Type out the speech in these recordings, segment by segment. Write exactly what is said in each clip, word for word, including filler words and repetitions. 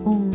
um.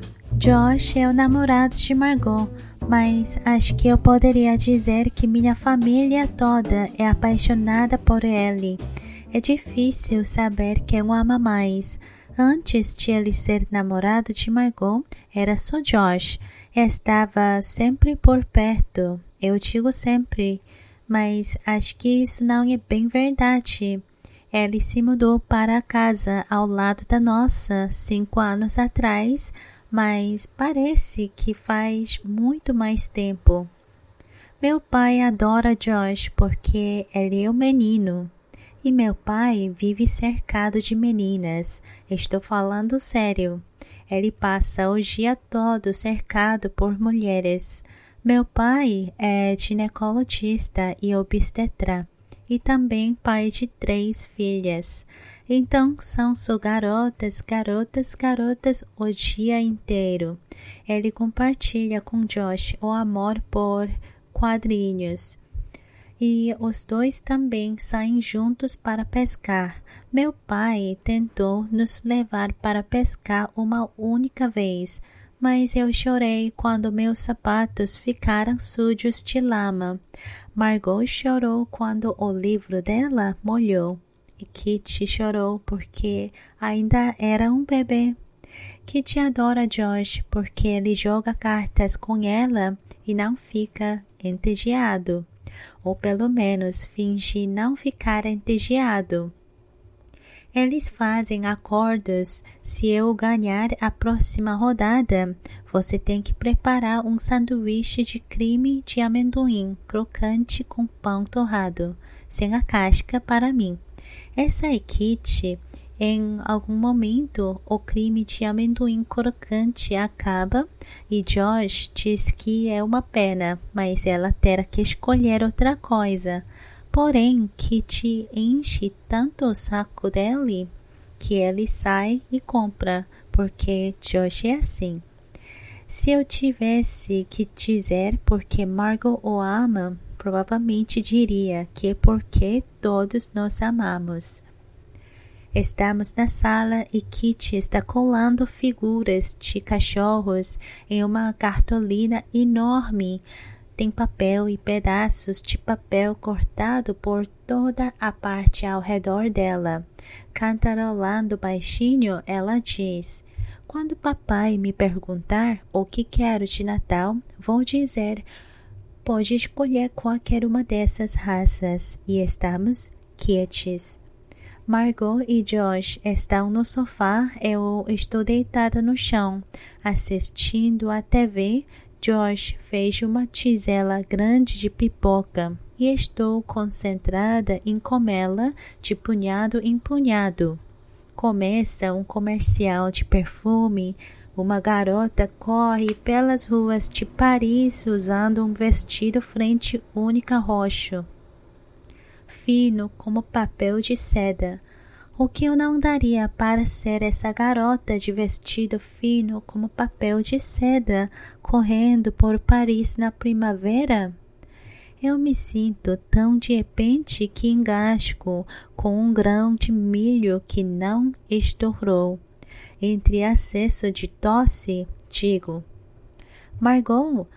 Josh é o namorado de Margot, mas acho que eu poderia dizer que minha família toda é apaixonada por ele. É difícil saber quem o ama mais. Antes de ele ser namorado de Margot, era só Josh. Estava sempre por perto. Eu digo sempre, mas acho que isso não é bem verdade. Ele se mudou para a casa ao lado da nossa cinco anos atrás, mas parece que faz muito mais tempo. Meu pai adora Josh porque ele é um menino. E meu pai vive cercado de meninas. Estou falando sério. Ele passa o dia todo cercado por mulheres. Meu pai é ginecologista e obstetra. E também pai de três filhas. Então são só garotas, garotas, garotas o dia inteiro. Ele compartilha com Josh o amor por quadrinhos. E os dois também saem juntos para pescar. Meu pai tentou nos levar para pescar uma única vez, mas eu chorei quando meus sapatos ficaram sujos de lama. Margot chorou quando o livro dela molhou. E Kitty chorou porque ainda era um bebê. Kitty adora Josh porque ele joga cartas com ela e não fica entediado. Ou pelo menos finge não ficar entediado. Eles fazem acordos. Se eu ganhar a próxima rodada, você tem que preparar um sanduíche de creme de amendoim crocante com pão torrado, sem a casca para mim. Essa é Kitty. Em algum momento, o creme de amendoim crocante acaba e Josh diz que é uma pena, mas ela terá que escolher outra coisa. Porém, Kitty enche tanto o saco dele que ele sai e compra, porque Josh é assim. Se eu tivesse que dizer porque Margot o ama, provavelmente diria que é porque todos nós amamos. Estamos na sala e Kitty está colando figuras de cachorros em uma cartolina enorme. Tem papel e pedaços de papel cortado por toda a parte ao redor dela. Cantarolando baixinho, ela diz: quando papai me perguntar o que quero de Natal, vou dizer: pode escolher qualquer uma dessas raças. E estamos quietos. Margot e Josh estão no sofá. Eu estou deitada no chão, assistindo à T V. Josh fez uma tigela grande de pipoca e estou concentrada em comê-la de punhado em punhado. Começa um comercial de perfume. Uma garota corre pelas ruas de Paris usando um vestido frente única roxo, fino como papel de seda. O que eu não daria para ser essa garota de vestido fino como papel de seda, correndo por Paris na primavera? Eu me sinto tão de repente que engasgo com um grão de milho que não estourou. Entre acesso de tosse, digo: Margot,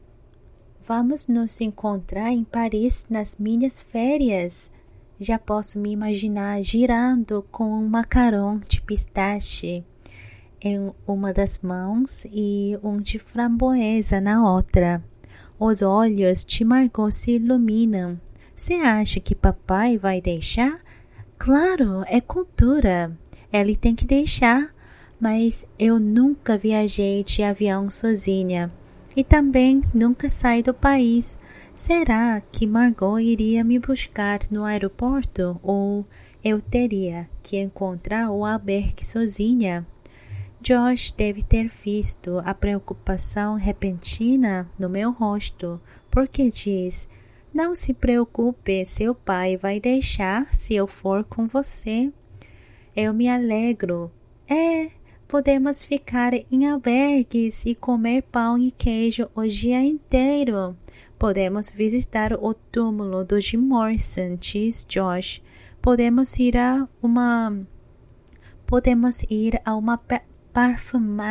vamos nos encontrar em Paris nas minhas férias. Já posso me imaginar girando com um macarrão de pistache em uma das mãos e um de framboesa na outra. Os olhos de Margot se iluminam. Você acha que papai vai deixar? Claro, é cultura. Ele tem que deixar. Mas eu nunca viajei de avião sozinha. E também nunca saí do país. Será que Margot iria me buscar no aeroporto ou eu teria que encontrar o albergue sozinha? Josh deve ter visto a preocupação repentina no meu rosto, porque diz: não se preocupe, seu pai vai deixar se eu for com você. Eu me alegro. É, podemos ficar em albergues e comer pão e queijo o dia inteiro. Podemos visitar o túmulo do Jim Morrison, diz Josh. Podemos ir a uma... Podemos ir a uma perfumaria,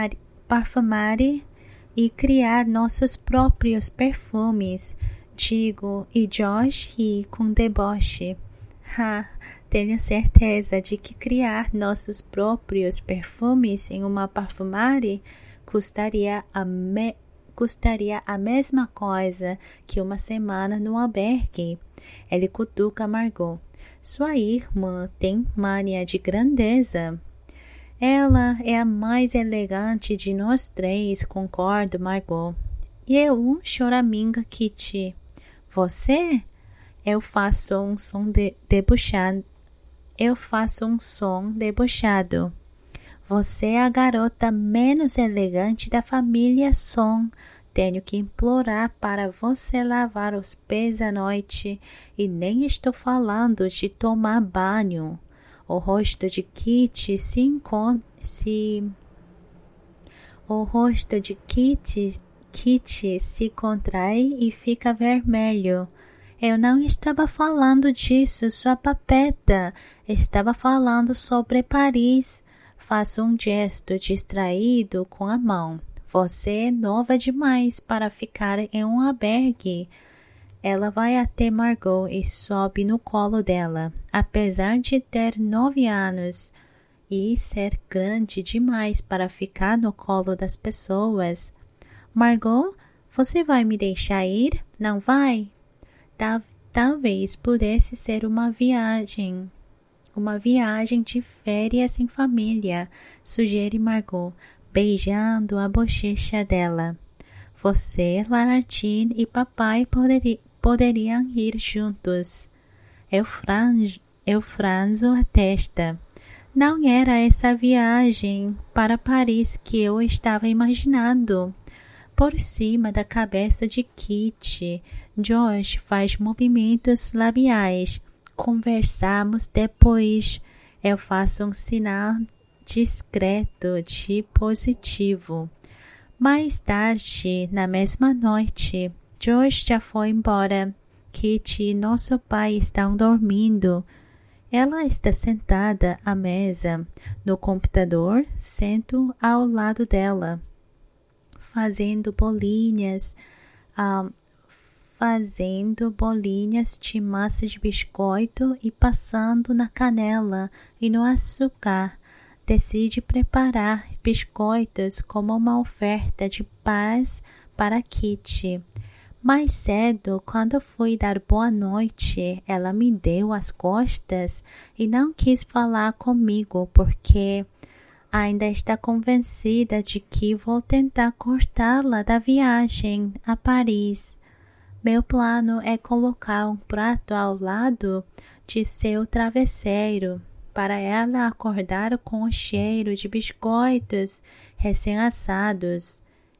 perfumari e criar nossos próprios perfumes, digo, e Josh ri com deboche. Ha, tenho certeza de que criar nossos próprios perfumes em uma perfumaria custaria a, me, custaria a mesma coisa que uma semana no albergue. Ele cutuca Margot. Sua irmã tem mania de grandeza. Ela é a mais elegante de nós três, concordo, Margot. E eu, choraminga Kitty. Você? Eu faço um som de, debochado. Eu faço um som debochado. Você é a garota menos elegante da família Son. Tenho que implorar para você lavar os pés à noite e nem estou falando de tomar banho. O rosto de Kitty se encontra se o rosto de Kitty, Kitty se contrai e fica vermelho. Eu não estava falando disso, sua papeta. Estava falando sobre Paris. Faço um gesto distraído com a mão. Você é nova demais para ficar em um albergue. Ela vai até Margot e sobe no colo dela. Apesar de ter nove anos e ser grande demais para ficar no colo das pessoas. Margot, você vai me deixar ir? Não vai? Tal, talvez pudesse ser uma viagem. Uma viagem de férias em família, sugere Margot, beijando a bochecha dela. Você, Lamartine e papai poderi, poderiam ir juntos. Eu franjo, eu franzo a testa. Não era essa viagem para Paris que eu estava imaginando. Por cima da cabeça de Kitty, Josh faz movimentos labiais. Conversamos depois. Eu faço um sinal discreto de positivo. Mais tarde, na mesma noite, Josh já foi embora. Kitty e nosso pai estão dormindo. Ela está sentada à mesa, no computador, sento ao lado dela, fazendo bolinhas, um, fazendo bolinhas de massa de biscoito e passando na canela e no açúcar. Decide preparar biscoitos como uma oferta de paz para Kitty. Mais cedo, quando fui dar boa noite, ela me deu as costas e não quis falar comigo porque ainda está convencida de que vou tentar cortá-la da viagem a Paris. Meu plano é colocar um prato ao lado de seu travesseiro para ela acordar com o cheiro de biscoitos recém-assados.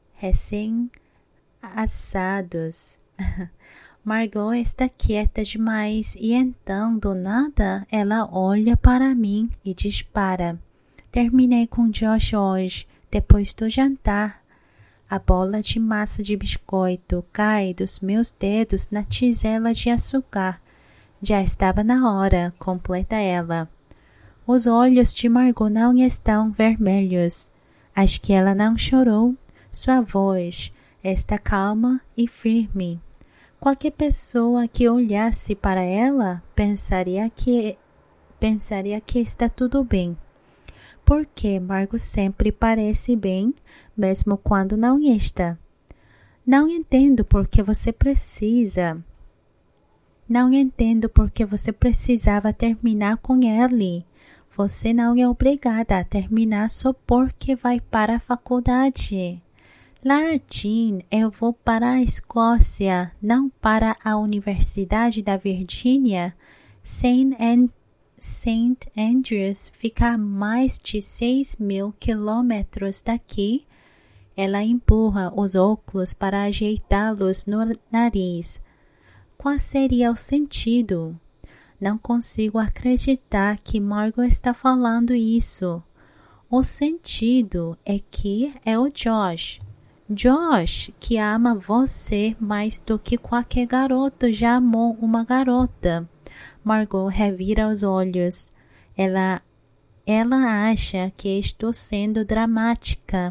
Recém-assados. Margot está quieta demais e então, do nada, ela olha para mim e dispara. Terminei com Josh hoje, depois do jantar. A bola de massa de biscoito cai dos meus dedos na tigela de açúcar. Já estava na hora, completa ela. Os olhos de Margot não estão vermelhos. Acho que ela não chorou. Sua voz está calma e firme. Qualquer pessoa que olhasse para ela pensaria que, pensaria que está tudo bem. Porque Margot sempre parece bem, mesmo quando não está. Não entendo por que você precisa. Não entendo por que você precisava terminar com ele. Você não é obrigada a terminar só porque vai para a faculdade. Lamartine, eu vou para a Escócia, não para a Universidade da Virgínia. Saint Saint Andrews fica a mais de seis mil quilômetros daqui. Ela empurra os óculos para ajeitá-los no nariz. Qual seria o sentido? Não consigo acreditar que Margot está falando isso. O sentido é que é o Josh. Josh, que ama você mais do que qualquer garoto já amou uma garota. Margot revira os olhos. Ela, ela acha que estou sendo dramática,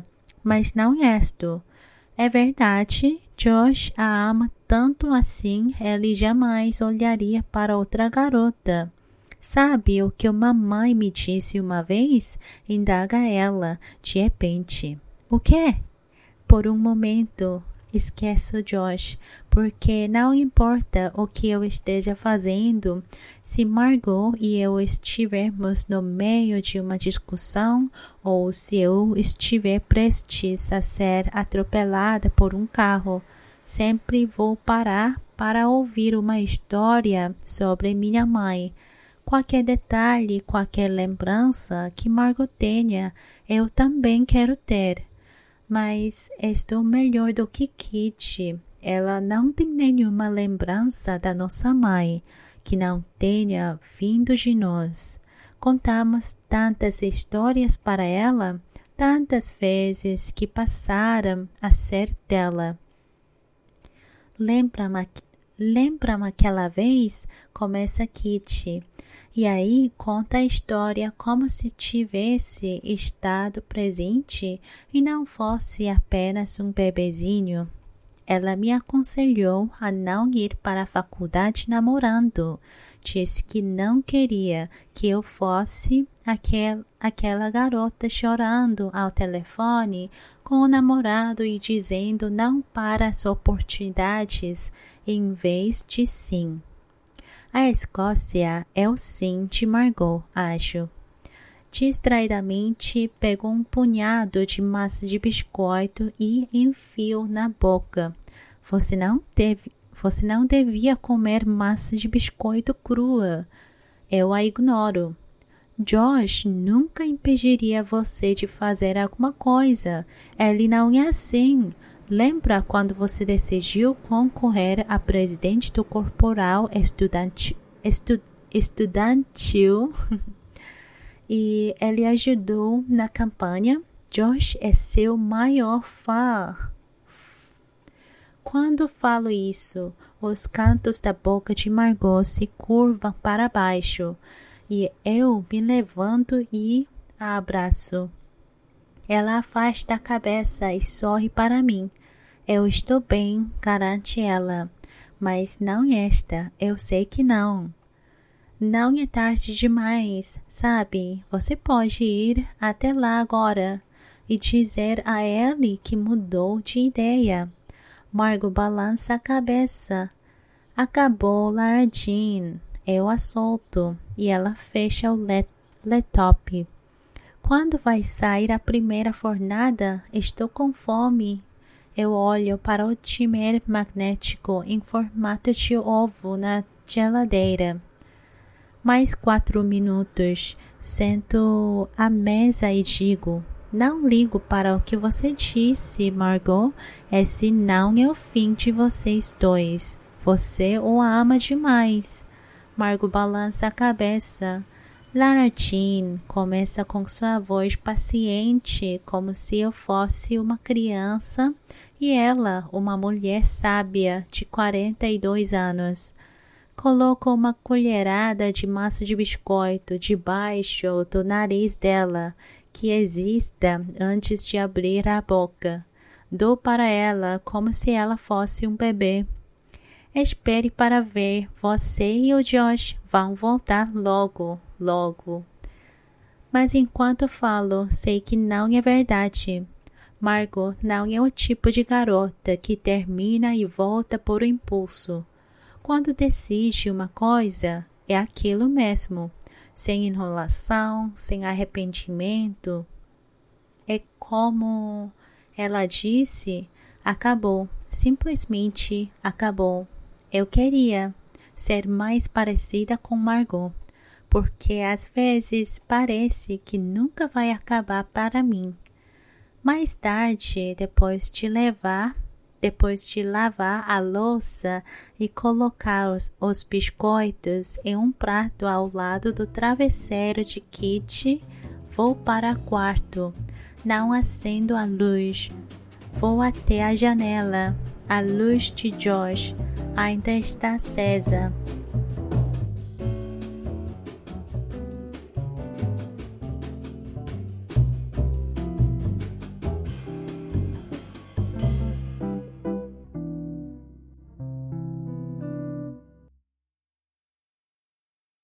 mas não isto. É verdade, Josh a ama tanto assim, ele jamais olharia para outra garota. Sabe o que a mamãe me disse uma vez? Indaga ela, de repente. O quê? Por um momento, esqueço Josh, porque não importa o que eu esteja fazendo, se Margot e eu estivermos no meio de uma discussão ou se eu estiver prestes a ser atropelada por um carro, sempre vou parar para ouvir uma história sobre minha mãe. Qualquer detalhe, qualquer lembrança que Margot tenha, eu também quero ter. Mas estou melhor do que Kitty. Ela não tem nenhuma lembrança da nossa mãe que não tenha vindo de nós. Contamos tantas histórias para ela, tantas vezes que passaram a ser dela. Lembra-me lembra-me aquela vez? Começa Kitty. E aí conta a história como se tivesse estado presente e não fosse apenas um bebezinho. Ela me aconselhou a não ir para a faculdade namorando. Disse que não queria que eu fosse aquel, aquela garota chorando ao telefone com o namorado e dizendo não para as oportunidades em vez de sim. A Escócia é o sim de Margot, acho. Distraidamente pegou um punhado de massa de biscoito e enfiou na boca. Você não deve, você não devia comer massa de biscoito crua. Eu a ignoro. Josh nunca impediria você de fazer alguma coisa. Ele não é assim. Lembra quando você decidiu concorrer a presidente do corporal estudantil, estu, estudantil e ele ajudou na campanha? Josh é seu maior fã. Quando falo isso, os cantos da boca de Margot se curvam para baixo e eu me levanto e a abraço. Ela afasta a cabeça e sorri para mim. Eu estou bem, garante ela. Mas não esta, eu sei que não. Não é tarde demais, sabe? Você pode ir até lá agora e dizer a ele que mudou de ideia. Margot balança a cabeça. Acabou Lara Jean. Eu a solto e ela fecha o laptop. Quando vai sair a primeira fornada? Estou com fome. Eu olho para o timer magnético em formato de ovo na geladeira. Mais quatro minutos. Sento à mesa e digo: não ligo para o que você disse, Margot. Esse não é o fim de vocês dois. Você o ama demais. Margot balança a cabeça. Lara Jean começa com sua voz paciente, como se eu fosse uma criança e ela, uma mulher sábia de quarenta e dois anos. Coloca uma colherada de massa de biscoito debaixo do nariz dela, que exista antes de abrir a boca. Dou para ela como se ela fosse um bebê. Espere para ver, você e o Josh vão voltar logo, logo. Mas enquanto falo, sei que não é verdade. Margot não é o tipo de garota que termina e volta por impulso. Quando decide uma coisa, é aquilo mesmo, sem enrolação, sem arrependimento. É como ela disse, acabou, simplesmente acabou. Eu queria ser mais parecida com Margot, porque às vezes parece que nunca vai acabar para mim. Mais tarde, depois de levar, depois de lavar a louça e colocar os, os biscoitos em um prato ao lado do travesseiro de Kitty, vou para o quarto. Não acendo a luz. Vou até a janela. A luz de Josh ainda está acesa.